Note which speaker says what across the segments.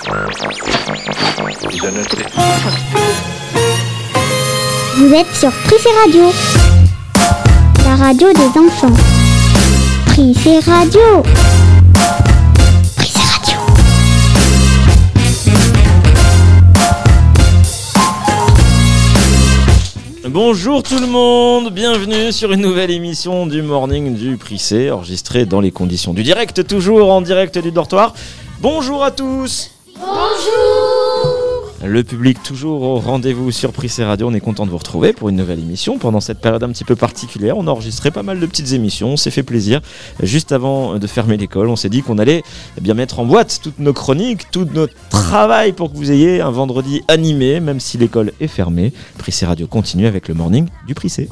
Speaker 1: Vous êtes sur Prissé Radio, la radio des enfants. Prissé Radio. Prissé Radio.
Speaker 2: Bonjour tout le monde, bienvenue sur une nouvelle émission du Morning du Prissé, enregistrée dans les conditions du direct, toujours en direct du dortoir. Bonjour à tous.
Speaker 1: Bonjour.
Speaker 2: Le public toujours au rendez-vous sur Prissé Radio, on est content de vous retrouver pour une nouvelle émission. Pendant cette période un petit peu particulière, on a enregistré pas mal de petites émissions, on s'est fait plaisir. Juste avant de fermer l'école, on s'est dit qu'on allait bien mettre en boîte toutes nos chroniques, tout notre travail pour que vous ayez un vendredi animé, même si l'école est fermée. Prissé Radio continue avec le Morning du Prissé.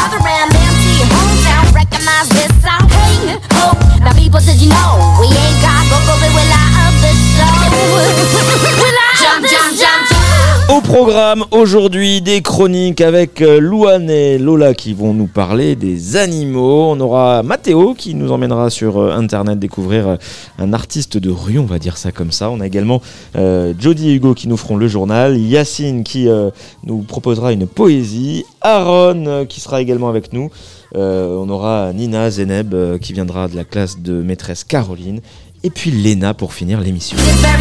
Speaker 2: Au programme aujourd'hui des chroniques avec Louane et Lola qui vont nous parler des animaux. On aura Mathéo qui nous emmènera sur internet découvrir un artiste de rue, on va dire ça comme ça. On a également Jody et Hugo qui nous feront le journal, Yacine qui nous proposera une poésie, Aaron qui sera également avec nous. On aura Nina Zeneb qui viendra de la classe de maîtresse Caroline. Et puis Léna pour finir l'émission.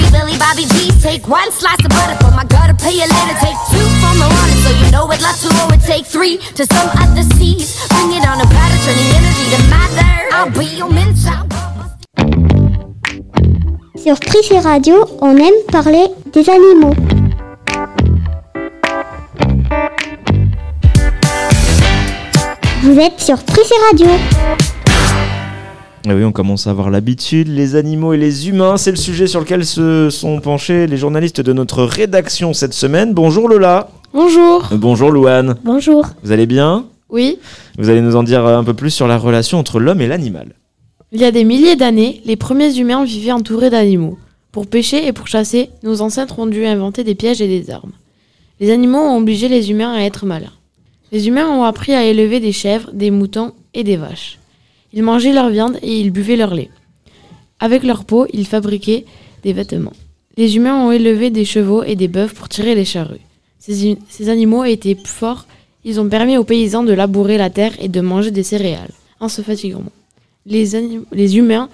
Speaker 1: Sur Prissé Radio, on aime parler des animaux. Vous êtes sur Prissé Radio.
Speaker 2: Et oui, on commence à avoir l'habitude, les animaux et les humains, c'est le sujet sur lequel se sont penchés les journalistes de notre rédaction cette semaine. Bonjour Lola.
Speaker 3: Bonjour.
Speaker 2: Bonjour Louane.
Speaker 1: Bonjour.
Speaker 2: Vous allez bien ?
Speaker 3: Oui.
Speaker 2: Vous allez nous en dire un peu plus sur la relation entre l'homme et l'animal.
Speaker 3: Il y a des milliers d'années, les premiers humains vivaient entourés d'animaux. Pour pêcher et pour chasser, nos ancêtres ont dû inventer des pièges et des armes. Les animaux ont obligé les humains à être malins. Les humains ont appris à élever des chèvres, des moutons et des vaches. Ils mangeaient leur viande et ils buvaient leur lait. Avec leur peau, ils fabriquaient des vêtements. Les humains ont élevé des chevaux et des bœufs pour tirer les charrues. Ces animaux étaient plus forts, ils ont permis aux paysans de labourer la terre et de manger des céréales, en se fatiguant. Les humains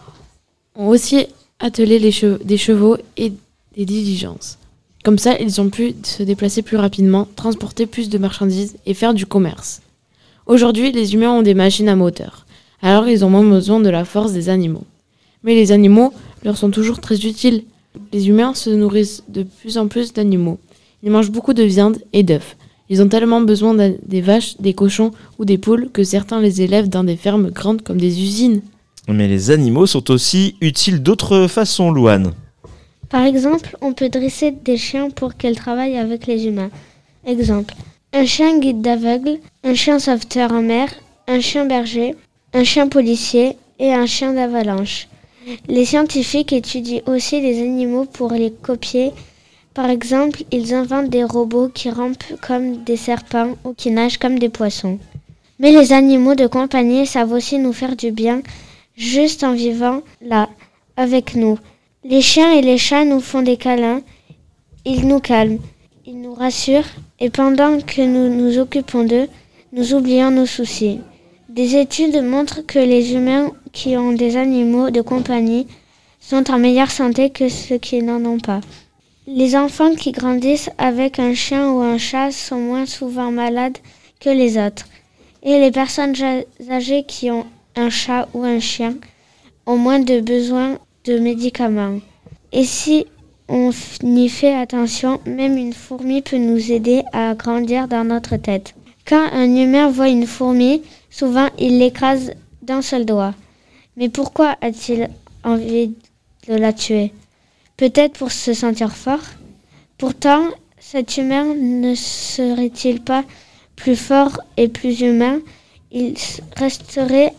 Speaker 3: ont aussi attelé des chevaux et des diligences. Comme ça, ils ont pu se déplacer plus rapidement, transporter plus de marchandises et faire du commerce. Aujourd'hui, les humains ont des machines à moteur. Alors ils ont moins besoin de la force des animaux. Mais les animaux leur sont toujours très utiles. Les humains se nourrissent de plus en plus d'animaux. Ils mangent beaucoup de viande et d'œufs. Ils ont tellement besoin des vaches, des cochons ou des poules que certains les élèvent dans des fermes grandes comme des usines.
Speaker 2: Mais les animaux sont aussi utiles d'autres façons, Louane.
Speaker 1: Par exemple, on peut dresser des chiens pour qu'ils travaillent avec les humains. Exemple, un chien guide d'aveugle, un chien sauveteur en mer, un chien berger, un chien policier et un chien d'avalanche. Les scientifiques étudient aussi les animaux pour les copier. Par exemple, ils inventent des robots qui rampent comme des serpents ou qui nagent comme des poissons. Mais les animaux de compagnie savent aussi nous faire du bien, juste en vivant là, avec nous. Les chiens et les chats nous font des câlins, ils nous calment, ils nous rassurent et pendant que nous nous occupons d'eux, nous oublions nos soucis. Des études montrent que les humains qui ont des animaux de compagnie sont en meilleure santé que ceux qui n'en ont pas. Les enfants qui grandissent avec un chien ou un chat sont moins souvent malades que les autres. Et les personnes âgées qui ont un chat ou un chien ont moins de besoin de médicaments. Et si on y fait attention, même une fourmi peut nous aider à grandir dans notre tête. Quand un humain voit une fourmi, souvent il l'écrase d'un seul doigt. Mais pourquoi a-t-il envie de la tuer ? Peut-être pour se sentir fort ? Pourtant, cet humain ne serait-il pas plus fort et plus humain ? Il resterait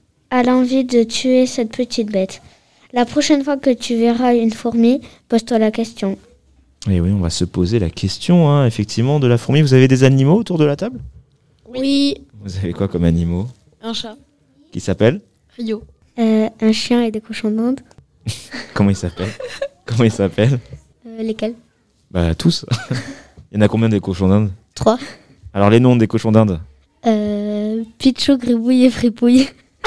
Speaker 1: à l'envie de tuer cette petite bête. La prochaine fois que tu verras une fourmi, pose-toi la question.
Speaker 2: Et oui, on va se poser la question, effectivement, de la fourmi. Vous avez des animaux autour de la table ?
Speaker 3: Oui.
Speaker 2: Vous avez quoi comme animaux ?
Speaker 3: Un chat.
Speaker 2: Qui s'appelle ?
Speaker 3: Rio.
Speaker 1: Un chien et des cochons d'Inde.
Speaker 2: Comment il s'appelle ?
Speaker 1: Lesquels?
Speaker 2: Bah tous. Il y en a combien des cochons d'Inde?
Speaker 1: 3.
Speaker 2: Alors les noms des cochons d'Inde?
Speaker 1: Pichou, Gribouille et Fripouille.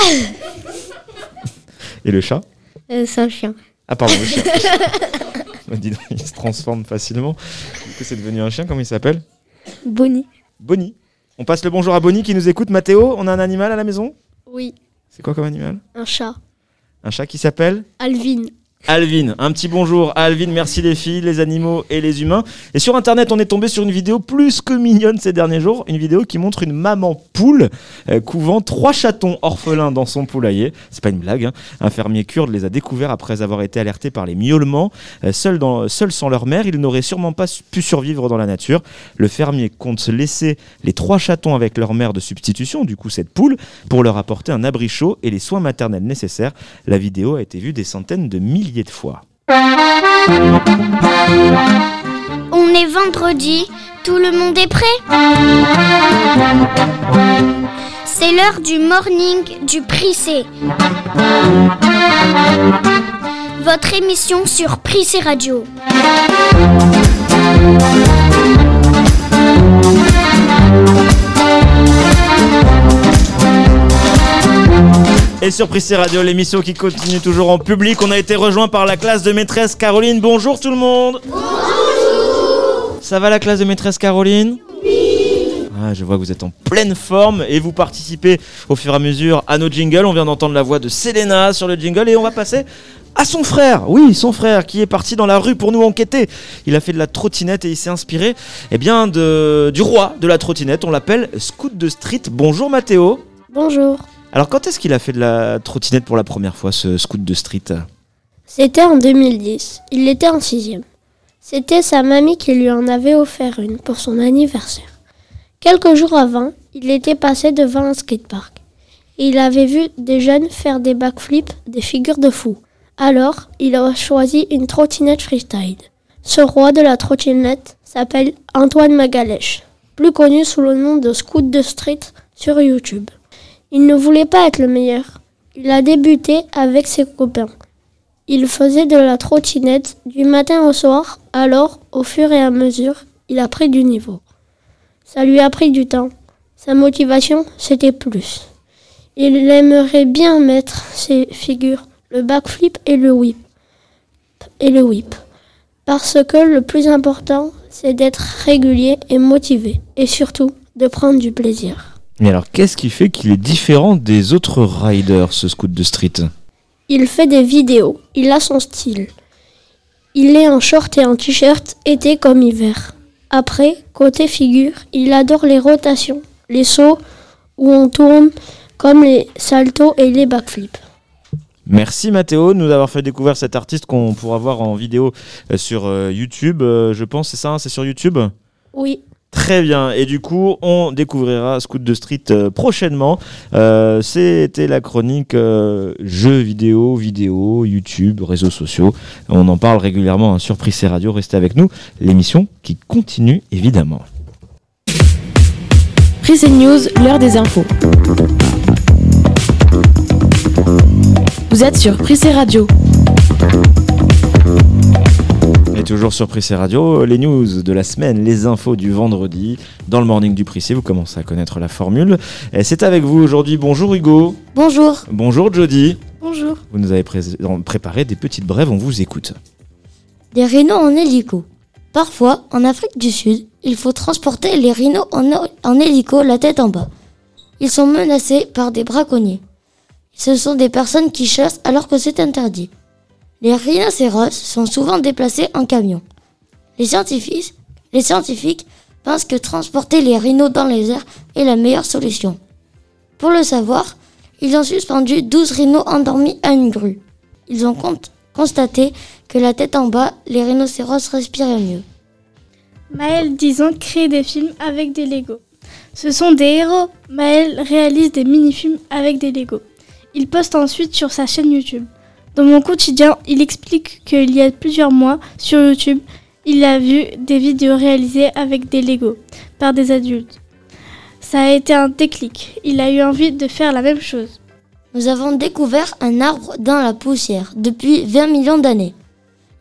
Speaker 2: Et le chat?
Speaker 1: C'est un chien.
Speaker 2: Ah pardon, le chien. Bah, dis donc, il se transforme facilement. Du coup, c'est devenu un chien, comment il s'appelle?
Speaker 1: Bonnie.
Speaker 2: Bonnie. On passe le bonjour à Bonnie qui nous écoute. Mathéo, on a un animal à la maison?
Speaker 1: Oui.
Speaker 2: C'est quoi comme animal?
Speaker 1: Un chat.
Speaker 2: Un chat qui s'appelle?
Speaker 1: Alvin.
Speaker 2: Alvin, un petit bonjour à Alvin, merci les filles, les animaux et les humains. Et sur internet, on est tombé sur une vidéo plus que mignonne ces derniers jours, une vidéo qui montre une maman poule couvant 3 chatons orphelins dans son poulailler. C'est pas une blague, hein. Un fermier kurde les a découverts après avoir été alertés par les miaulements. Seuls sans leur mère, ils n'auraient sûrement pas pu survivre dans la nature. Le fermier compte laisser les 3 chatons avec leur mère de substitution, du coup cette poule, pour leur apporter un abri chaud et les soins maternels nécessaires. La vidéo a été vue des centaines de milliers de fois.
Speaker 4: On est vendredi, tout le monde est prêt? C'est l'heure du morning du Prissé. Votre émission sur Prissé Radio.
Speaker 2: Et sur Prissé Radio, l'émission qui continue toujours en public, on a été rejoint par la classe de maîtresse Caroline. Bonjour tout le monde. Bonjour. Ça va la classe de maîtresse Caroline? Oui. Ah, je vois que vous êtes en pleine forme et vous participez au fur et à mesure à nos jingles. On vient d'entendre la voix de Selena sur le jingle et on va passer à son frère. Oui, son frère qui est parti dans la rue pour nous enquêter. Il a fait de la trottinette et il s'est inspiré du roi de la trottinette. On l'appelle Scout de Street. Bonjour Mathéo.
Speaker 1: Bonjour.
Speaker 2: Alors quand est-ce qu'il a fait de la trottinette pour la première fois, ce Scout de Street?
Speaker 1: C'était en 2010. Il était en 6e. C'était sa mamie qui lui en avait offert une pour son anniversaire. Quelques jours avant, il était passé devant un skatepark. Et il avait vu des jeunes faire des backflips, des figures de fou. Alors, il a choisi une trottinette freestyle. Ce roi de la trottinette s'appelle Antoine Magalèche, plus connu sous le nom de Scout de Street sur YouTube. Il ne voulait pas être le meilleur. Il a débuté avec ses copains. Il faisait de la trottinette du matin au soir, alors, au fur et à mesure, il a pris du niveau. Ça lui a pris du temps. Sa motivation, c'était plus. Il aimerait bien mettre ses figures, le backflip et le whip. Parce que le plus important, c'est d'être régulier et motivé. Et surtout, de prendre du plaisir.
Speaker 2: Mais alors, qu'est-ce qui fait qu'il est différent des autres riders, ce Scout de Street?
Speaker 1: Il fait des vidéos, il a son style. Il est en short et en t-shirt, été comme hiver. Après, côté figure, il adore les rotations, les sauts où on tourne comme les saltos et les backflips.
Speaker 2: Merci Mathéo de nous avoir fait découvrir cet artiste qu'on pourra voir en vidéo sur YouTube, je pense, c'est ça, hein, c'est sur YouTube?
Speaker 1: Oui.
Speaker 2: Très bien, et du coup on découvrira Scout de Street prochainement. C'était la chronique jeux vidéo, YouTube, réseaux sociaux. On en parle régulièrement, hein, sur Prissé Radio, restez avec nous, l'émission qui continue évidemment.
Speaker 3: Prissé News, l'heure des infos. Vous êtes sur Prissé Radio.
Speaker 2: Et toujours sur Prissé Radio, les news de la semaine, les infos du vendredi, dans le morning du Prissé, vous commencez à connaître la formule. Et c'est avec vous aujourd'hui, bonjour Hugo.
Speaker 4: Bonjour.
Speaker 2: Bonjour Jody.
Speaker 1: Bonjour.
Speaker 2: Vous nous avez préparé des petites brèves, on vous écoute.
Speaker 4: Des rhinos en hélico. Parfois, en Afrique du Sud, il faut transporter les rhinos en hélico la tête en bas. Ils sont menacés par des braconniers. Ce sont des personnes qui chassent alors que c'est interdit. Les rhinocéros sont souvent déplacés en camion. Les scientifiques pensent que transporter les rhinos dans les airs est la meilleure solution. Pour le savoir, ils ont suspendu 12 rhinos endormis à une grue. Ils ont constaté que la tête en bas, les rhinocéros respiraient mieux.
Speaker 5: Maëlle, 10 ans, crée des films avec des Legos. Ce sont des héros. Maëlle réalise des mini-films avec des Legos. Il poste ensuite sur sa chaîne YouTube. Dans mon quotidien, il explique qu'il y a plusieurs mois, sur YouTube, il a vu des vidéos réalisées avec des Legos par des adultes. Ça a été un déclic. Il a eu envie de faire la même chose.
Speaker 4: Nous avons découvert un arbre dans la poussière depuis 20 millions d'années.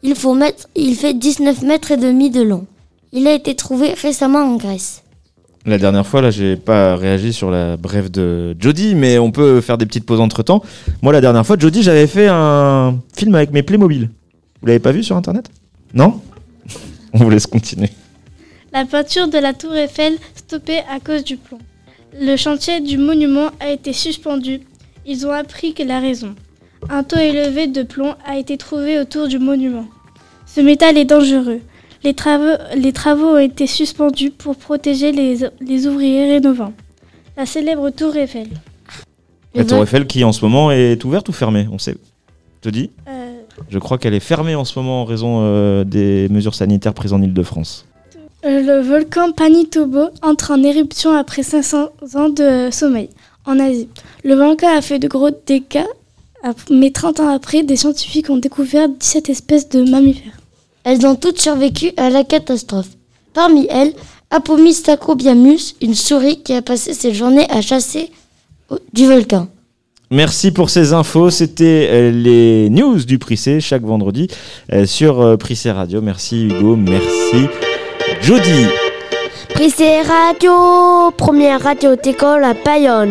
Speaker 4: Il fait 19 mètres et demi de long. Il a été trouvé récemment en Grèce.
Speaker 2: La dernière fois, là, j'ai pas réagi sur la brève de Jody, mais on peut faire des petites pauses entre-temps. Moi, la dernière fois, Jody, j'avais fait un film avec mes Playmobil. Vous l'avez pas vu sur Internet ? Non ? On vous laisse continuer.
Speaker 5: La peinture de la tour Eiffel stoppée à cause du plomb. Le chantier du monument a été suspendu. Ils ont appris que la raison. Un taux élevé de plomb a été trouvé autour du monument. Ce métal est dangereux. Les travaux ont été suspendus pour protéger les ouvriers rénovants. La célèbre tour Eiffel.
Speaker 2: La tour Eiffel qui en ce moment est ouverte ou fermée ? On sait. Te dis ? Je crois qu'elle est fermée en ce moment en raison des mesures sanitaires prises en Île-de-France.
Speaker 5: Le volcan Pinatubo entre en éruption après 500 ans de sommeil en Asie. Le volcan a fait de gros dégâts, mais 30 ans après, des scientifiques ont découvert 17 espèces de mammifères.
Speaker 4: Elles ont toutes survécu à la catastrophe. Parmi elles, Apomis sacrobiamus, une souris qui a passé ses journées à chasser du volcan.
Speaker 2: Merci pour ces infos. C'était les news du Prissé chaque vendredi sur Prissé Radio. Merci Hugo, merci Jody.
Speaker 1: Prissé Radio, première radio d'école à Bayonne.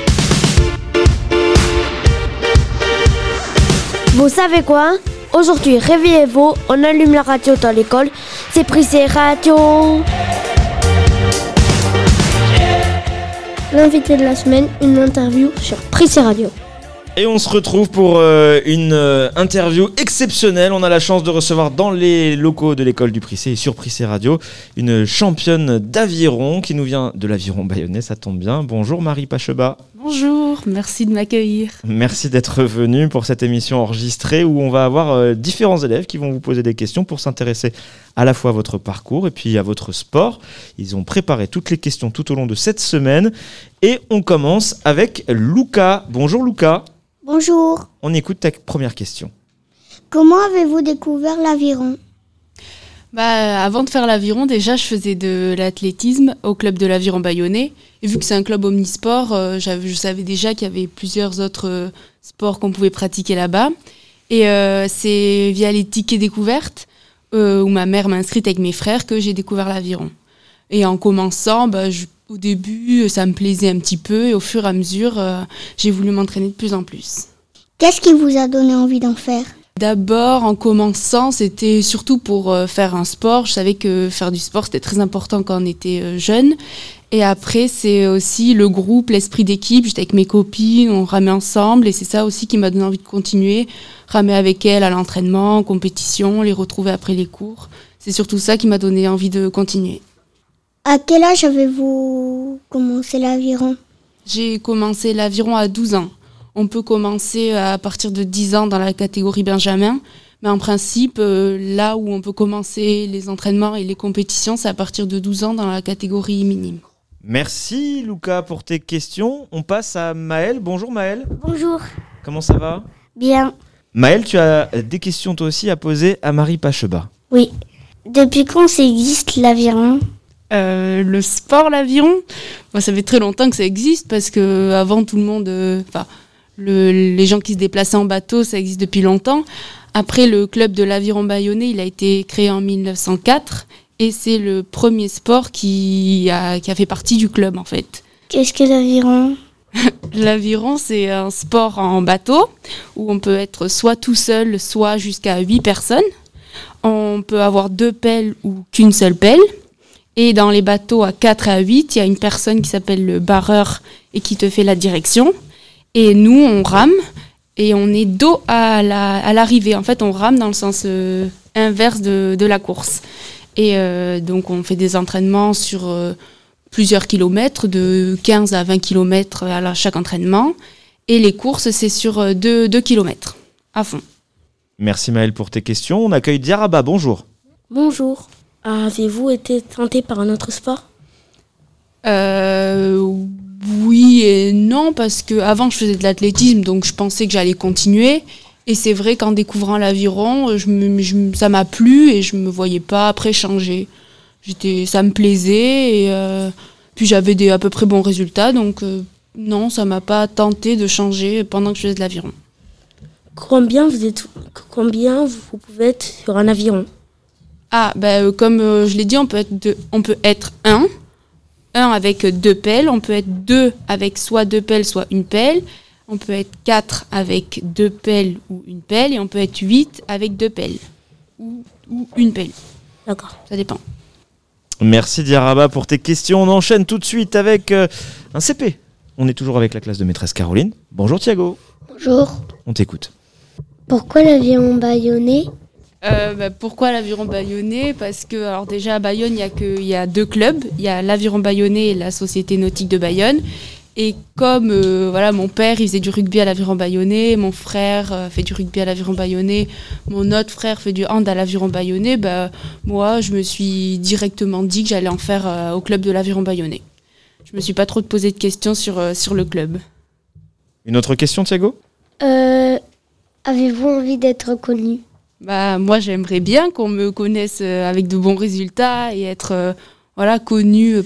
Speaker 1: Vous savez quoi ? Aujourd'hui, réveillez-vous, on allume la radio dans l'école. C'est Prissé Radio. L'invité de la semaine, une interview sur Prissé Radio.
Speaker 2: Et on se retrouve pour une interview exceptionnelle. On a la chance de recevoir dans les locaux de l'école du Prissé et sur Prissé Radio une championne d'aviron qui nous vient de l'aviron bayonnais, ça tombe bien. Bonjour Marie Pacheba.
Speaker 6: Bonjour, merci de m'accueillir.
Speaker 2: Merci d'être venue pour cette émission enregistrée où on va avoir différents élèves qui vont vous poser des questions pour s'intéresser à la fois à votre parcours et puis à votre sport. Ils ont préparé toutes les questions tout au long de cette semaine et on commence avec Lucas. Bonjour Lucas.
Speaker 7: Bonjour.
Speaker 2: On écoute ta première question.
Speaker 7: Comment avez-vous découvert l'aviron ?
Speaker 6: Avant de faire l'aviron, déjà, je faisais de l'athlétisme au club de l'aviron bayonnais. Et vu que c'est un club omnisport, je savais déjà qu'il y avait plusieurs autres sports qu'on pouvait pratiquer là-bas. Et c'est via les tickets découvertes, où ma mère m'a inscrite avec mes frères, que j'ai découvert l'aviron. Et en commençant, au début, ça me plaisait un petit peu. Et au fur et à mesure, j'ai voulu m'entraîner de plus en plus.
Speaker 7: Qu'est-ce qui vous a donné envie d'en faire ?
Speaker 6: D'abord, en commençant, c'était surtout pour faire un sport. Je savais que faire du sport, c'était très important quand on était jeune. Et après, c'est aussi le groupe, l'esprit d'équipe. J'étais avec mes copines, on ramait ensemble. Et c'est ça aussi qui m'a donné envie de continuer. Ramer avec elles à l'entraînement, en compétition, les retrouver après les cours. C'est surtout ça qui m'a donné envie de continuer.
Speaker 7: À quel âge avez-vous commencé l'aviron ?
Speaker 6: J'ai commencé l'aviron à 12 ans. On peut commencer à partir de 10 ans dans la catégorie Benjamin. Mais en principe, là où on peut commencer les entraînements et les compétitions, c'est à partir de 12 ans dans la catégorie minime.
Speaker 2: Merci Lucas pour tes questions. On passe à Maëlle. Bonjour Maëlle.
Speaker 7: Bonjour.
Speaker 2: Comment ça va ?
Speaker 7: Bien.
Speaker 2: Maëlle, tu as des questions toi aussi à poser à Marie Pacheba.
Speaker 7: Oui. Depuis quand ça existe l'aviron ?
Speaker 6: Le sport, l'aviron, ça fait très longtemps que ça existe parce que avant tout le monde, les gens qui se déplaçaient en bateau, ça existe depuis longtemps. Après, le club de l'aviron bayonnais, il a été créé en 1904 et c'est le premier sport qui a fait partie du club en fait.
Speaker 7: Qu'est-ce que l'aviron ?
Speaker 6: L'aviron, c'est un sport en bateau où on peut être soit tout seul, soit jusqu'à 8 personnes. On peut avoir 2 pelles ou qu'une seule pelle. Et dans les bateaux à 4 et à 8, il y a une personne qui s'appelle le barreur et qui te fait la direction. Et nous, on rame et on est dos à l'arrivée. En fait, on rame dans le sens inverse de la course. Et donc, on fait des entraînements sur plusieurs kilomètres, de 15 à 20 kilomètres à chaque entraînement. Et les courses, c'est sur 2 kilomètres à fond.
Speaker 2: Merci Maëlle pour tes questions. On accueille Diaraba. Bonjour.
Speaker 8: Bonjour. Avez-vous été tenté par un autre sport ?
Speaker 6: Oui et non, parce qu'avant je faisais de l'athlétisme, donc je pensais que j'allais continuer. Et c'est vrai qu'en découvrant l'aviron, ça m'a plu et je ne me voyais pas après changer. Ça me plaisait et puis j'avais à peu près bons résultats, donc non, ça ne m'a pas tenté de changer pendant que je faisais de l'aviron.
Speaker 8: combien vous pouvez être sur un aviron?
Speaker 6: Comme je l'ai dit, on peut être un avec 2 pelles, on peut être 2 avec soit 2 pelles, soit une pelle, on peut être 4 avec 2 pelles ou une pelle, et on peut être 8 avec 2 pelles ou une pelle.
Speaker 8: D'accord.
Speaker 6: Ça dépend.
Speaker 2: Merci Diaraba pour tes questions. On enchaîne tout de suite avec un CP. On est toujours avec la classe de maîtresse Caroline. Bonjour Thiago.
Speaker 7: Bonjour.
Speaker 2: On t'écoute.
Speaker 7: Pourquoi l'aviron bâillonné?
Speaker 6: Pourquoi l'aviron bâillonné? Parce que alors déjà à Bayonne, il y a 2 clubs. Il y a l'aviron bâillonné et la Société nautique de Bayonne. Et comme mon père il faisait du rugby à l'aviron bâillonné, mon frère fait du rugby à l'aviron bâillonné, mon autre frère fait du hand à l'aviron bâillonné, moi je me suis directement dit que j'allais en faire au club de l'aviron bâillonné. Je me suis pas trop posé de questions sur le club.
Speaker 2: Une autre question Thiago?
Speaker 7: Avez-vous envie d'être connu?
Speaker 6: Moi j'aimerais bien qu'on me connaisse avec de bons résultats et être connu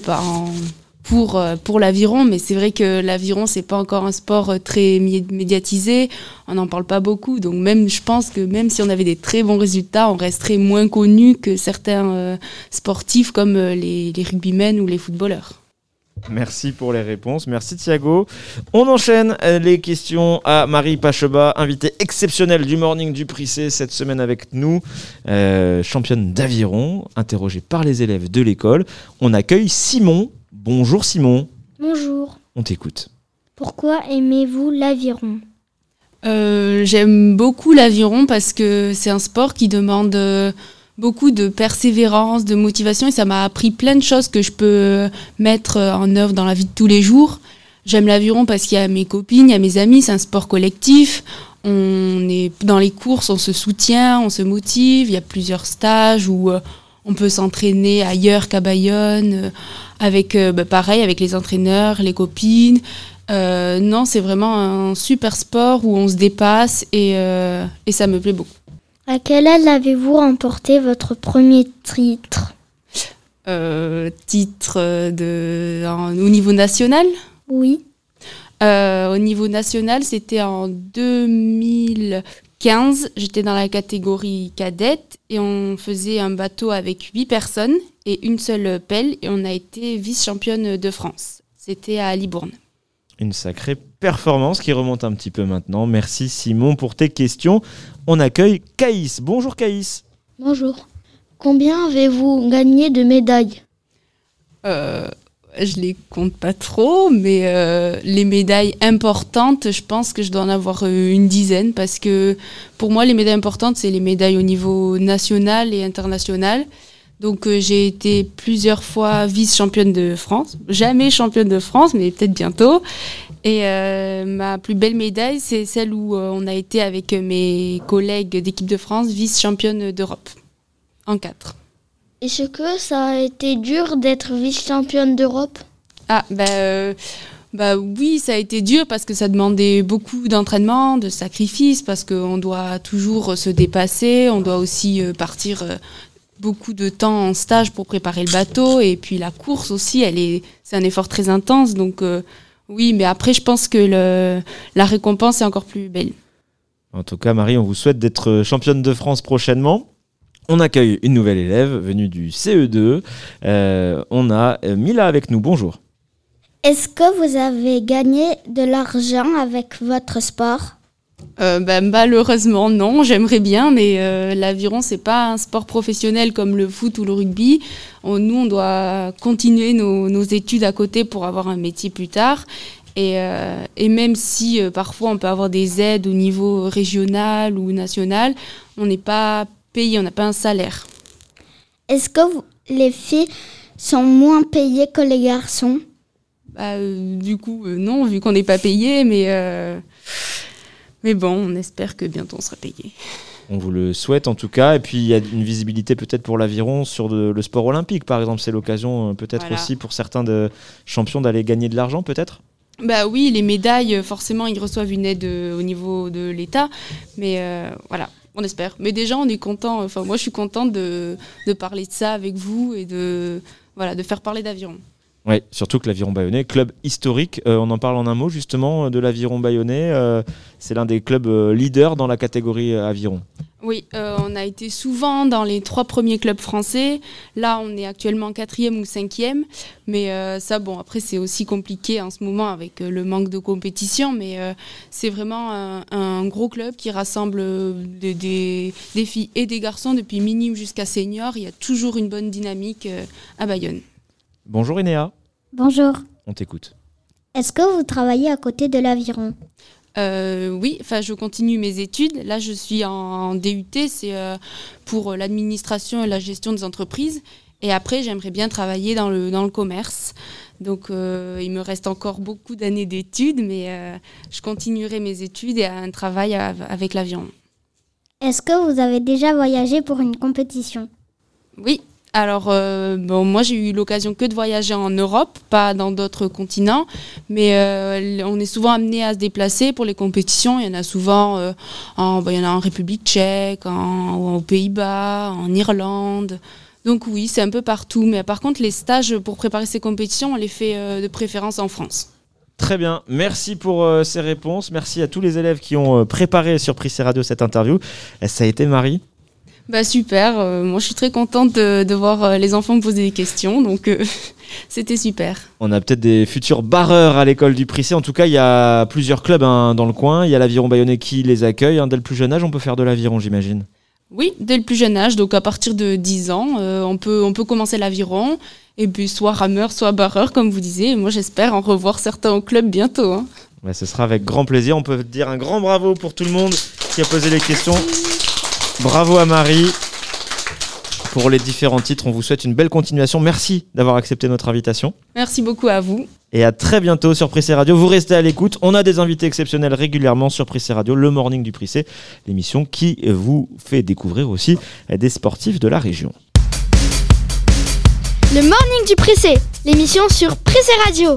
Speaker 6: pour l'aviron, mais c'est vrai que l'aviron c'est pas encore un sport très médiatisé, on n'en parle pas beaucoup, donc je pense que même si on avait des très bons résultats, on resterait moins connu que certains sportifs comme les rugbymen ou les footballeurs.
Speaker 2: Merci pour les réponses, merci Thiago. On enchaîne les questions à Marie Pacheba, invitée exceptionnelle du Morning du Prissé cette semaine avec nous, championne d'aviron, interrogée par les élèves de l'école. On accueille Simon. Bonjour Simon.
Speaker 1: Bonjour.
Speaker 2: On t'écoute.
Speaker 1: Pourquoi aimez-vous l'aviron?
Speaker 6: J'aime beaucoup l'aviron parce que c'est un sport qui demande beaucoup de persévérance, de motivation, et ça m'a appris plein de choses que je peux mettre en œuvre dans la vie de tous les jours. J'aime l'aviron parce qu'il y a mes copines, il y a mes amis, c'est un sport collectif. On est dans les courses, on se soutient, on se motive. Il y a plusieurs stages où on peut s'entraîner ailleurs qu'à Bayonne, avec les entraîneurs, les copines. Non, c'est vraiment un super sport où on se dépasse et ça me plaît beaucoup.
Speaker 1: À quel âge avez-vous remporté votre premier titre?
Speaker 6: Au niveau national?
Speaker 1: Oui.
Speaker 6: Au niveau national, c'était en 2015. J'étais dans la catégorie cadette et on faisait un bateau avec 8 personnes et une seule pelle et on a été vice-championne de France. C'était à Libourne.
Speaker 2: Une sacrée performance qui remonte un petit peu maintenant. Merci Simon pour tes questions. On accueille Caïs. Bonjour Caïs.
Speaker 7: Bonjour. Combien avez-vous gagné de médailles?
Speaker 6: Je les compte pas trop, mais les médailles importantes, je pense que je dois en avoir une dizaine parce que pour moi, les médailles importantes, c'est les médailles au niveau national et international. Donc j'ai été plusieurs fois vice-championne de France, jamais championne de France, mais peut-être bientôt. Et ma plus belle médaille, c'est celle où on a été avec mes collègues d'équipe de France vice-championne d'Europe, en 4.
Speaker 7: Est-ce que ça a été dur d'être vice-championne d'Europe?
Speaker 6: Oui, ça a été dur parce que ça demandait beaucoup d'entraînement, de sacrifices, parce qu'on doit toujours se dépasser, on doit aussi partir beaucoup de temps en stage pour préparer le bateau, et puis la course aussi, c'est un effort très intense, donc oui, mais après je pense que la récompense est encore plus belle.
Speaker 2: En tout cas Marie, on vous souhaite d'être championne de France prochainement. On accueille une nouvelle élève venue du CE2. On a Mila avec nous. Bonjour.
Speaker 1: Est-ce que vous avez gagné de l'argent avec votre sport?
Speaker 6: Malheureusement non, j'aimerais bien, mais l'aviron c'est pas un sport professionnel comme le foot ou le rugby. Nous on doit continuer nos études à côté pour avoir un métier plus tard. Et même si parfois on peut avoir des aides au niveau régional ou national, on n'est pas payé, on n'a pas un salaire.
Speaker 1: Est-ce que les filles sont moins payées que les garçons?
Speaker 6: Du coup, non, vu qu'on n'est pas payé, mais bon, on espère que bientôt on sera payé.
Speaker 2: On vous le souhaite en tout cas. Et puis il y a une visibilité peut-être pour l'aviron sur le sport olympique, par exemple. C'est l'occasion peut-être aussi pour certains de champions d'aller gagner de l'argent, peut-être?
Speaker 6: Oui, les médailles, forcément, ils reçoivent une aide au niveau de l'État. Mais voilà. On espère. Mais déjà, on est content. Enfin, moi, je suis contente de parler de ça avec vous et de faire parler d'aviron.
Speaker 2: Oui, surtout que l'Aviron Bayonnais, club historique, on en parle en un mot justement de l'Aviron Bayonnais, c'est l'un des clubs leaders dans la catégorie aviron.
Speaker 6: Oui, on a été souvent dans les 3 premiers clubs français. Là, on est actuellement 4e ou 5e. Mais ça, bon, après, c'est aussi compliqué en ce moment avec le manque de compétition. Mais c'est vraiment un gros club qui rassemble des filles et des garçons depuis minime jusqu'à senior. Il y a toujours une bonne dynamique à Bayonne.
Speaker 2: Bonjour Inéa.
Speaker 9: Bonjour.
Speaker 2: On t'écoute.
Speaker 9: Est-ce que vous travaillez à côté de l'Aviron ?
Speaker 6: Oui, je continue mes études. Là, je suis en DUT, c'est pour l'administration et la gestion des entreprises. Et après, j'aimerais bien travailler dans le commerce. Donc, il me reste encore beaucoup d'années d'études, mais je continuerai mes études et un travail avec l'avion.
Speaker 9: Est-ce que vous avez déjà voyagé pour une compétition ?
Speaker 6: Oui. Alors, moi, j'ai eu l'occasion que de voyager en Europe, pas dans d'autres continents, mais on est souvent amené à se déplacer pour les compétitions. Il y en a souvent il y en a en République tchèque, aux Pays-Bas, en Irlande. Donc oui, c'est un peu partout. Mais par contre, les stages pour préparer ces compétitions, on les fait de préférence en France.
Speaker 2: Très bien, merci pour ces réponses. Merci à tous les élèves qui ont préparé sur Prissé Radio cette interview. Ça a été Marie ?
Speaker 6: Super, moi je suis très contente de voir les enfants me poser des questions, donc c'était super.
Speaker 2: On a peut-être des futurs barreurs à l'école du Prissé. En tout cas, il y a plusieurs clubs dans le coin. Il y a l'Aviron Bayonnais qui les accueille. Dès le plus jeune âge, on peut faire de l'aviron, j'imagine.
Speaker 6: Oui, dès le plus jeune âge, donc à partir de 10 ans, on peut commencer l'aviron. Et puis soit rameur, soit barreur, comme vous disiez. Et moi j'espère en revoir certains au club bientôt. Hein.
Speaker 2: Ce sera avec grand plaisir. On peut dire un grand bravo pour tout le monde qui a posé les questions. Bravo à Marie pour les différents titres. On vous souhaite une belle continuation. Merci d'avoir accepté notre invitation.
Speaker 6: Merci beaucoup à vous.
Speaker 2: Et à très bientôt sur Prissé Radio. Vous restez à l'écoute. On a des invités exceptionnels régulièrement sur Prissé Radio, le Morning du Prissé, l'émission qui vous fait découvrir aussi des sportifs de la région.
Speaker 10: Le Morning du Prissé, l'émission sur Prissé Radio.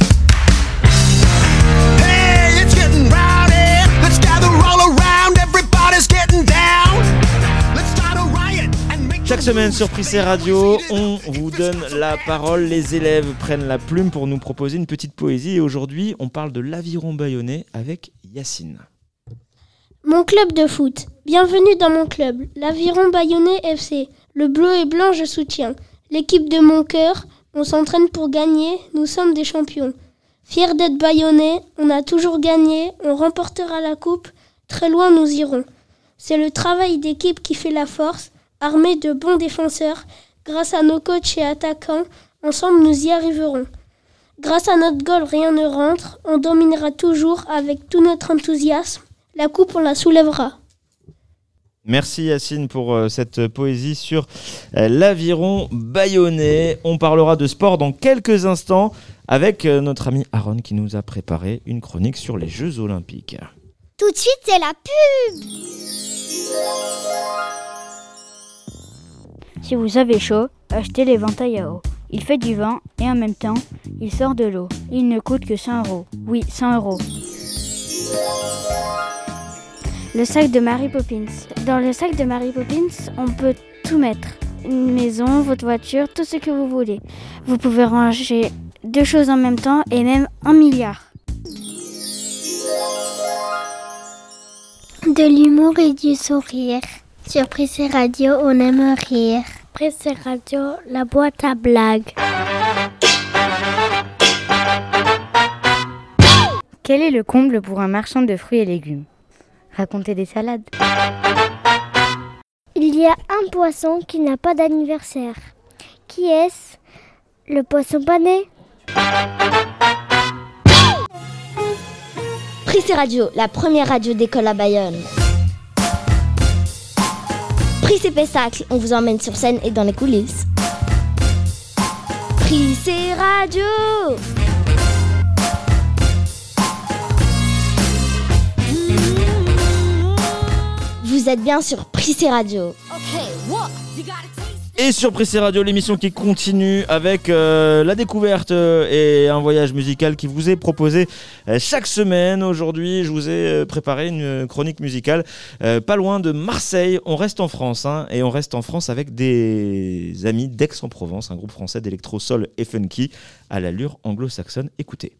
Speaker 11: Hey, it's getting rowdy. Let's gather all around. Everybody's getting down. Let's start a riot and make
Speaker 2: Chaque semaine sur Prissé Radio, on vous donne la parole. Les élèves prennent la plume pour nous proposer une petite poésie. Et aujourd'hui, on parle de l'Aviron Bayonnais avec Yacine.
Speaker 12: Mon club de foot. Bienvenue dans mon club, l'Aviron Bayonnais FC. Le bleu et blanc, je soutiens. L'équipe de mon cœur, on s'entraîne pour gagner, nous sommes des champions. Fiers d'être Bayonnais, on a toujours gagné, on remportera la coupe, très loin nous irons. C'est le travail d'équipe qui fait la force, armés de bons défenseurs, grâce à nos coachs et attaquants, ensemble nous y arriverons. Grâce à notre goal, rien ne rentre, on dominera toujours avec tout notre enthousiasme, la coupe on la soulèvera.
Speaker 2: Merci Yacine pour cette poésie sur l'Aviron Bayonnais. On parlera de sport dans quelques instants avec notre ami Aaron qui nous a préparé une chronique sur les Jeux Olympiques.
Speaker 9: Tout de suite, c'est la pub.
Speaker 13: Si vous avez chaud, achetez l'éventail à eau. Il fait du vent et en même temps, il sort de l'eau. Il ne coûte que 100 €. Oui, 100 €. Le sac de Mary Poppins. Dans le sac de Mary Poppins, on peut tout mettre. Une maison, votre voiture, tout ce que vous voulez. Vous pouvez ranger 2 choses en même temps et même 1 milliard.
Speaker 9: De l'humour et du sourire. Sur Prissé Radio, on aime rire. Prissé Radio, la boîte à blagues.
Speaker 13: Quel est le comble pour un marchand de fruits et légumes ? Raconter des salades.
Speaker 9: Il y a un poisson qui n'a pas d'anniversaire. Qui est-ce ? Le poisson pané.
Speaker 10: Prissé Radio, la première radio d'école à Bayonne. Prissé Pessacle, on vous emmène sur scène et dans les coulisses. Prissé Radio. Vous êtes bien sur Prissé Radio.
Speaker 11: Okay, what? You gotta taste
Speaker 2: Et sur Prissé Radio, l'émission qui continue avec la découverte et un voyage musical qui vous est proposé chaque semaine. Aujourd'hui, je vous ai préparé une chronique musicale pas loin de Marseille. On reste en France, et on reste en France avec des amis d'Aix-en-Provence, un groupe français d'électro, soul et funky à l'allure anglo-saxonne. Écoutez.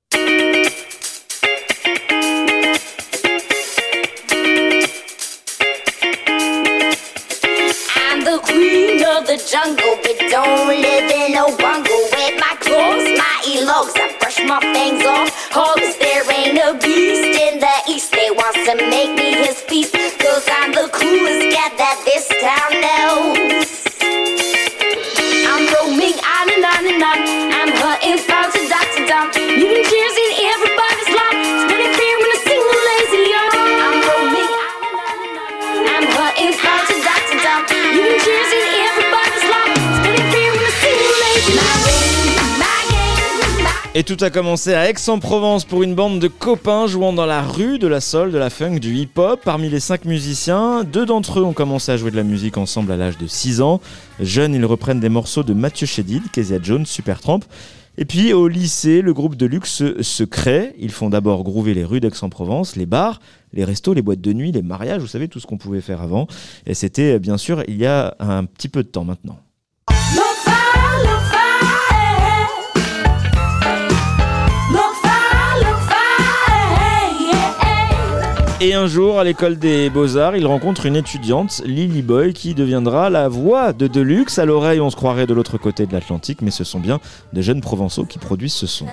Speaker 14: The queen of the jungle, but don't live in no bungle. With my claws, my elogs, I brush my fangs off hogs. There ain't a beast in the east that wants to make me his feast. Cause I'm the coolest cat that this town knows. I'm roaming on and on and on. I'm hunting from to dot to dot. Leaving tears in everybody's life. Spinning fear when I sing the lazy on. I'm roaming on and on and on. I'm hunting from to dot to dot. Leaving tears in everybody's life. Spinning fear when I sing the lazy on.
Speaker 2: Et tout a commencé à Aix-en-Provence pour une bande de copains jouant dans la rue, de la soul, de la funk, du hip-hop. Parmi les 5 musiciens, 2 d'entre eux ont commencé à jouer de la musique ensemble à l'âge de 6 ans. Jeunes, ils reprennent des morceaux de Mathieu Chédid, Kezia Jones, Supertramp. Et puis au lycée, le groupe Deluxe se crée. Ils font d'abord groover les rues d'Aix-en-Provence, les bars, les restos, les boîtes de nuit, les mariages, vous savez, tout ce qu'on pouvait faire avant. Et c'était bien sûr il y a un petit peu de temps maintenant. Et un jour, à l'école des Beaux-Arts, il rencontre une étudiante, Lily Boy, qui deviendra la voix de Deluxe. À l'oreille, on se croirait de l'autre côté de l'Atlantique, mais ce sont bien de jeunes Provençaux qui produisent ce son.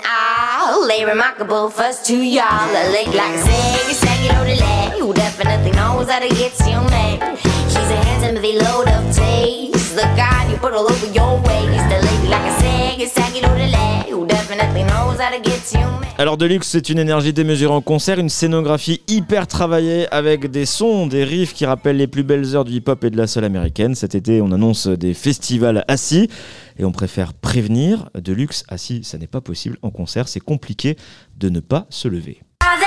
Speaker 2: Alors Deluxe, c'est une énergie démesurée en concert, une scénographie hyper travaillée avec des sons, des riffs qui rappellent les plus belles heures du hip-hop et de la soul américaine. Cet été, on annonce des festivals assis et on préfère prévenir. Deluxe, assis, ça n'est pas possible. En concert, c'est compliqué de ne pas se lever.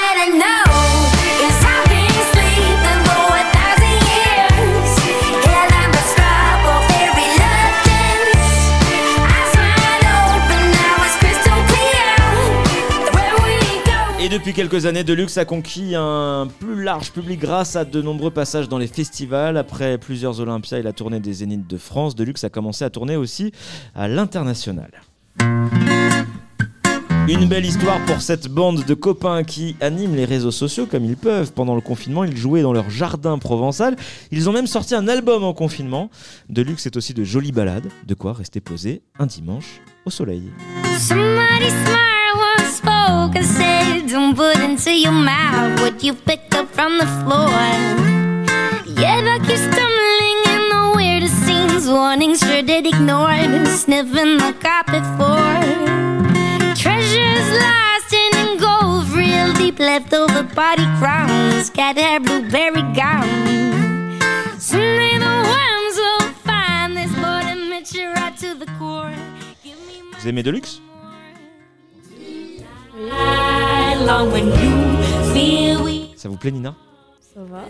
Speaker 2: Et depuis quelques années, Deluxe a conquis un plus large public grâce à de nombreux passages dans les festivals. Après plusieurs Olympias et la tournée des Zéniths de France, Deluxe a commencé à tourner aussi à l'international. Une belle histoire pour cette bande de copains qui animent les réseaux sociaux comme ils peuvent. Pendant le confinement, ils jouaient dans leur jardin provençal. Ils ont même sorti un album en confinement. Deluxe, c'est aussi de jolies balades, de quoi rester posé un dimanche au soleil.
Speaker 14: Spoke and said, don't put into your mouth what you picked up from the floor. Yet I keep stumbling in the weirdest scenes, warnings sure did ignore, sniffing the carpet floor. Treasures lost in gold, real deep leftover party crowns, cat hair, blueberry gown. Someday the worms will find this board and admit you right to the core.
Speaker 2: Vous aimez Deluxe ? Ça vous plaît, Nina ?
Speaker 3: Ça va.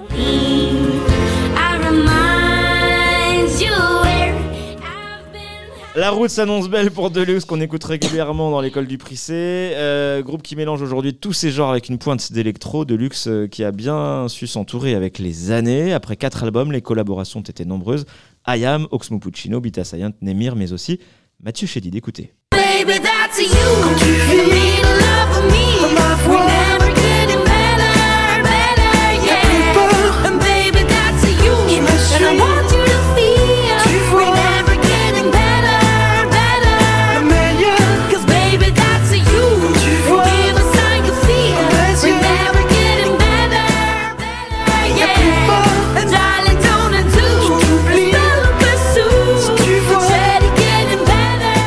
Speaker 2: La route s'annonce belle pour Deluxe qu'on écoute régulièrement dans l'école du Prissé. Groupe qui mélange aujourd'hui tous ces genres avec une pointe d'électro. Deluxe qui a bien su s'entourer avec les années. Après 4 albums, les collaborations ont été nombreuses. IAM, Oxmo Puccino, Bita Sayant, Nemir, mais aussi Mathieu Chédid. Écoutez.
Speaker 14: Baby, that's you. You need a love for me. We're never getting better, better, yeah. And baby, that's you. And I want you to feel we're never getting better, better. Cause baby, that's you. Give us how you feel. We're never getting better, better, yeah. And darling, don't undo. Let's still pursue. Steady getting better.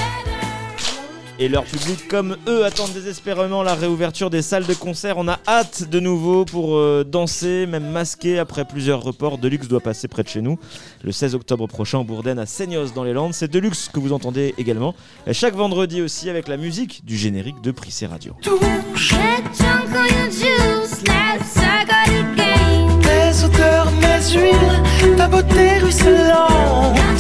Speaker 2: Et leur public, comme eux, attendent désespérément la réouverture des salles de concert. On a hâte de nouveau pour danser, même masqué. Après plusieurs reports, Deluxe doit passer près de chez nous le 16 octobre prochain au Bourdaine à Seignos dans les Landes. C'est Deluxe que vous entendez également chaque vendredi aussi avec la musique du générique de Prissé Radio.
Speaker 11: Tes odeurs, mes huiles, ta beauté ruisselante.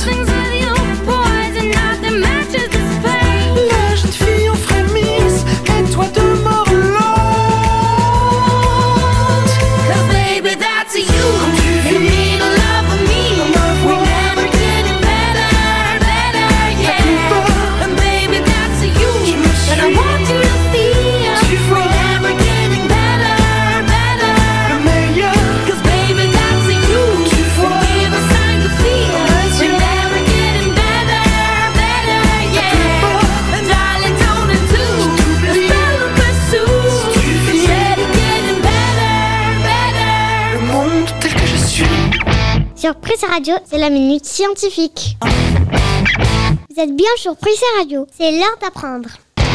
Speaker 9: Prissé Radio, c'est la minute scientifique. Vous êtes bien sur Prissé Radio, c'est l'heure d'apprendre.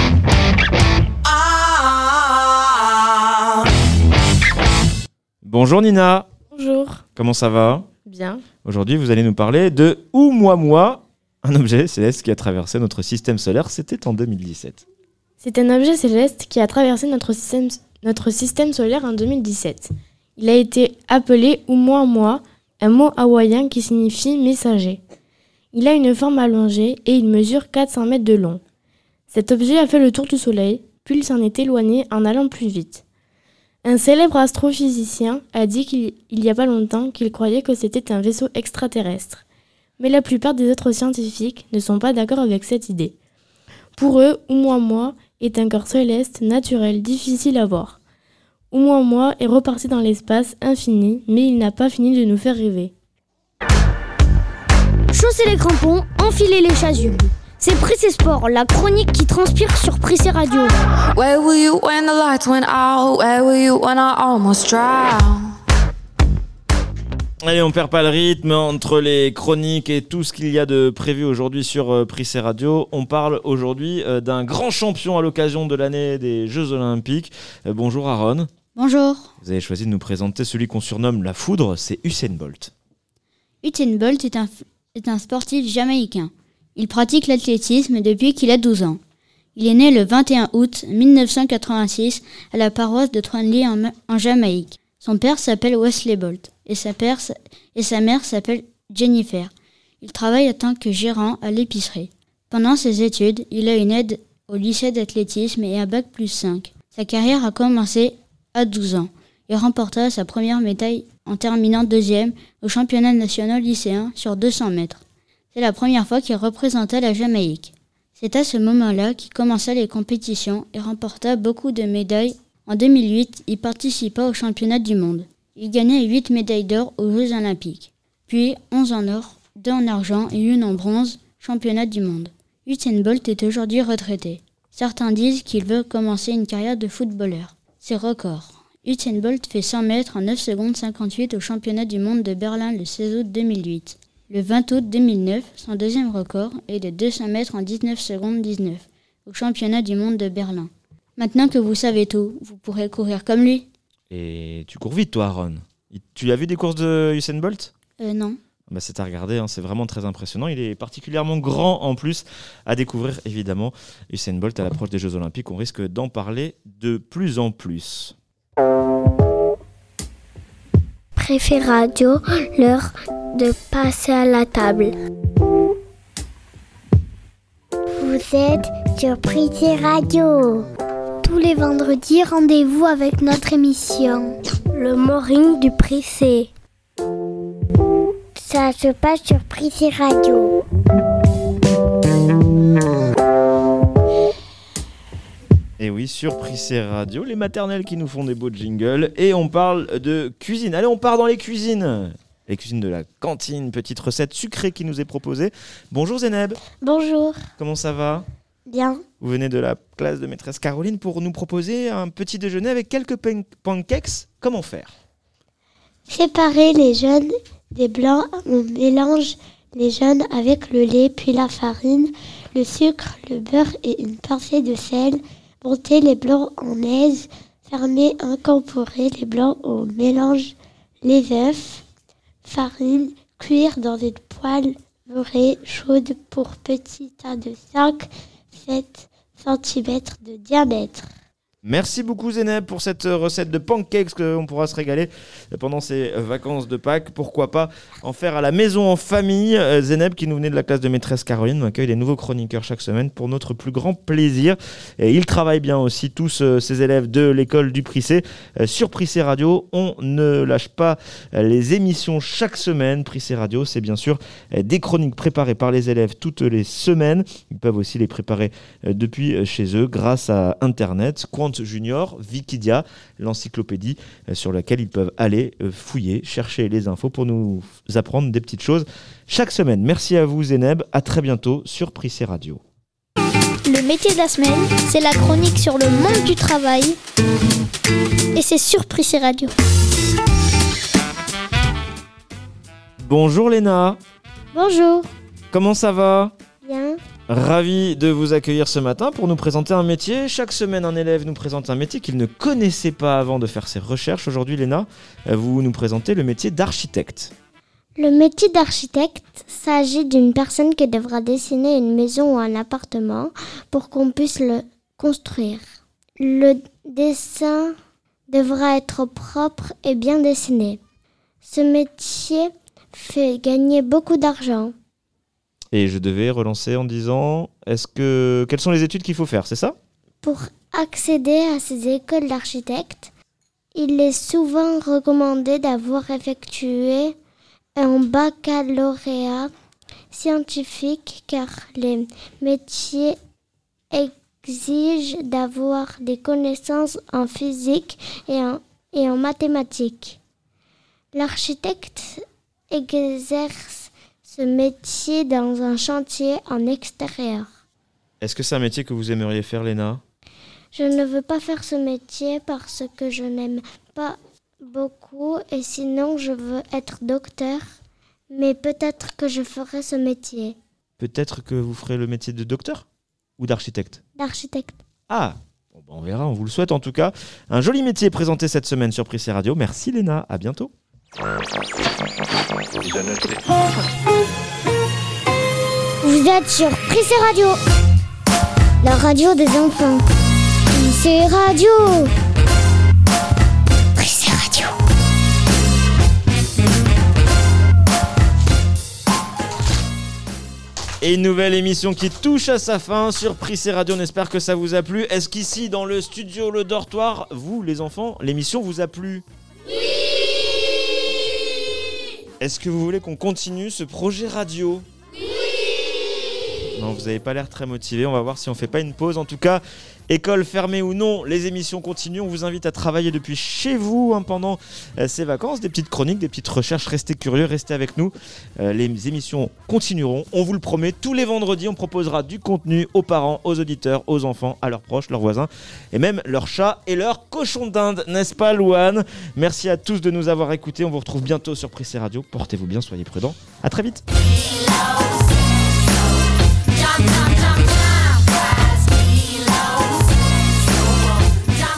Speaker 2: Bonjour Nina.
Speaker 3: Bonjour.
Speaker 2: Comment ça va ?
Speaker 3: Bien.
Speaker 2: Aujourd'hui, vous allez nous parler de Oumuamua, un objet céleste qui a traversé notre système solaire. C'était en 2017.
Speaker 3: C'est un objet céleste qui a traversé notre système solaire en 2017. Il a été appelé Oumuamua, un mot hawaïen qui signifie messager. Il a une forme allongée et il mesure 400 mètres de long. Cet objet a fait le tour du Soleil, puis il s'en est éloigné en allant plus vite. Un célèbre astrophysicien a dit qu'il y a pas longtemps qu'il croyait que c'était un vaisseau extraterrestre. Mais la plupart des autres scientifiques ne sont pas d'accord avec cette idée. Pour eux, Oumuamua est un corps céleste naturel difficile à voir. Oumuamua est reparti dans l'espace infini, mais il n'a pas fini de nous faire rêver.
Speaker 4: Chaussez les crampons, enfilez les chasubles. C'est Prissé Sport, la chronique qui transpire sur Prissé Radio.
Speaker 15: Where were you when the lights went out? Where were you when I almost drowned?
Speaker 2: Allez, on perd pas le rythme entre les chroniques et tout ce qu'il y a de prévu aujourd'hui sur Prissé Radio. On parle aujourd'hui d'un grand champion à l'occasion de l'année des Jeux Olympiques. Bonjour Aaron.
Speaker 16: Bonjour.
Speaker 2: Vous avez choisi de nous présenter celui qu'on surnomme la foudre, c'est Usain Bolt.
Speaker 16: Usain Bolt est un sportif jamaïcain. Il pratique l'athlétisme depuis qu'il a 12 ans. Il est né le 21 août 1986 à la paroisse de Thornley en Jamaïque. Son père s'appelle Wesley Bolt et sa mère s'appelle Jennifer. Il travaille en tant que gérant à l'épicerie. Pendant ses études, il a une aide au lycée d'athlétisme et un bac+5. Sa carrière a commencé à 12 ans. Il remporta sa première médaille en terminant 2e au championnat national lycéen sur 200 mètres. C'est la première fois qu'il représentait la Jamaïque. C'est à ce moment-là qu'il commença les compétitions et remporta beaucoup de médailles. En 2008, il participa au championnat du monde. Il gagna 8 médailles d'or aux Jeux Olympiques, puis 11 en or, 2 en argent et 1 en bronze, championnat du monde. Usain Bolt est aujourd'hui retraité. Certains disent qu'il veut commencer une carrière de footballeur. C'est record. Usain Bolt fait 100 mètres en 9 secondes 58 au championnat du monde de Berlin le 16 août 2008. Le 20 août 2009, son deuxième record est de 200 mètres en 19 secondes 19 au championnat du monde de Berlin. Maintenant que vous savez tout, vous pourrez courir comme lui.
Speaker 2: Et tu cours vite toi Aaron. Tu as vu des courses de Usain Bolt ?
Speaker 16: Non.
Speaker 2: Bah, c'est à regarder, c'est vraiment très impressionnant. Il est particulièrement grand en plus à découvrir évidemment. Usain Bolt à l'approche des Jeux Olympiques, on risque d'en parler de plus en plus.
Speaker 9: Prissé Radio, l'heure de passer à la table. Vous êtes sur Prissé Radio. Tous les vendredis, rendez-vous avec notre émission, le Morning du Prissé. Ça se passe sur Prissé Radio.
Speaker 2: Et oui, sur Prissé Radio, les maternelles qui nous font des beaux jingles. Et on parle de cuisine. Allez, on part dans les cuisines. Les cuisines de la cantine, petite recette sucrée qui nous est proposée. Bonjour Zéneb.
Speaker 1: Bonjour.
Speaker 2: Comment ça va ?
Speaker 1: Bien.
Speaker 2: Vous venez de la classe de maîtresse Caroline pour nous proposer un petit déjeuner avec quelques pancakes. Comment faire ?
Speaker 1: Séparer les jaunes des blancs. On mélange les jaunes avec le lait, puis la farine, le sucre, le beurre et une pincée de sel. Monter les blancs en aise, fermer, incorporer les blancs, on mélange les œufs, farine, cuire dans une poêle beurrée chaude pour petits tas de 5-7 cm de diamètre.
Speaker 2: Merci beaucoup Zéneb pour cette recette de pancakes qu'on pourra se régaler pendant ces vacances de Pâques. Pourquoi pas en faire à la maison en famille. Zéneb qui nous venait de la classe de maîtresse Caroline nous accueille des nouveaux chroniqueurs chaque semaine pour notre plus grand plaisir. Et ils travaillent bien aussi tous ces élèves de l'école du Prissé. Sur Prissé Radio, on ne lâche pas les émissions chaque semaine. Prissé Radio, c'est bien sûr des chroniques préparées par les élèves toutes les semaines. Ils peuvent aussi les préparer depuis chez eux grâce à Internet. Junior, Wikidia, l'encyclopédie sur laquelle ils peuvent aller fouiller, chercher les infos pour nous apprendre des petites choses chaque semaine. Merci à vous Zéneb, à très bientôt sur Prissé Radio.
Speaker 9: Le métier de la semaine, c'est la chronique sur le monde du travail et c'est sur Prissé Radio.
Speaker 2: Bonjour Léna.
Speaker 1: Bonjour.
Speaker 2: Comment ça va ?
Speaker 1: Bien.
Speaker 2: Ravi de vous accueillir ce matin pour nous présenter un métier. Chaque semaine, un élève nous présente un métier qu'il ne connaissait pas avant de faire ses recherches. Aujourd'hui, Léna, vous nous présentez le métier d'architecte.
Speaker 1: Le métier d'architecte s'agit d'une personne qui devra dessiner une maison ou un appartement pour qu'on puisse le construire. Le dessin devra être propre et bien dessiné. Ce métier fait gagner beaucoup d'argent.
Speaker 2: Et je devais relancer en disant, quelles sont les études qu'il faut faire, c'est ça ?
Speaker 1: Pour accéder à ces écoles d'architectes, il est souvent recommandé d'avoir effectué un baccalauréat scientifique car les métiers exigent d'avoir des connaissances en physique et en mathématiques. L'architecte exerce ce métier dans un chantier en extérieur.
Speaker 2: Est-ce que c'est un métier que vous aimeriez faire, Léna ?
Speaker 1: Je ne veux pas faire ce métier parce que je n'aime pas beaucoup et sinon je veux être docteur, mais peut-être que je ferai ce métier.
Speaker 2: Peut-être que vous ferez le métier de docteur ou d'architecte ?
Speaker 1: D'architecte.
Speaker 2: Ah, on verra, on vous le souhaite en tout cas. Un joli métier présenté cette semaine sur Prissé Radio. Merci Léna, à bientôt.
Speaker 9: Vous êtes sur Prissé Radio, la radio des enfants. Prissé Radio. Prissé Radio.
Speaker 2: Et une nouvelle émission qui touche à sa fin sur Prissé Radio. On espère que ça vous a plu. Est-ce qu'ici, dans le studio, le dortoir, vous, les enfants, l'émission vous a plu ? Oui ! Est-ce que vous voulez qu'on continue ce projet radio ? Oui ! Non, vous n'avez pas l'air très motivé. On va voir si on fait pas une pause. En tout cas, école fermée ou non, les émissions continuent. On vous invite à travailler depuis chez vous pendant ces vacances. Des petites chroniques, des petites recherches. Restez curieux, restez avec nous. Les émissions continueront. On vous le promet. Tous les vendredis, on proposera du contenu aux parents, aux auditeurs, aux enfants, à leurs proches, leurs voisins et même leurs chats et leurs cochons d'Inde. N'est-ce pas, Louane ? Merci à tous de nous avoir écoutés. On vous retrouve bientôt sur Prissé Radio. Portez-vous bien, soyez prudents. À très vite.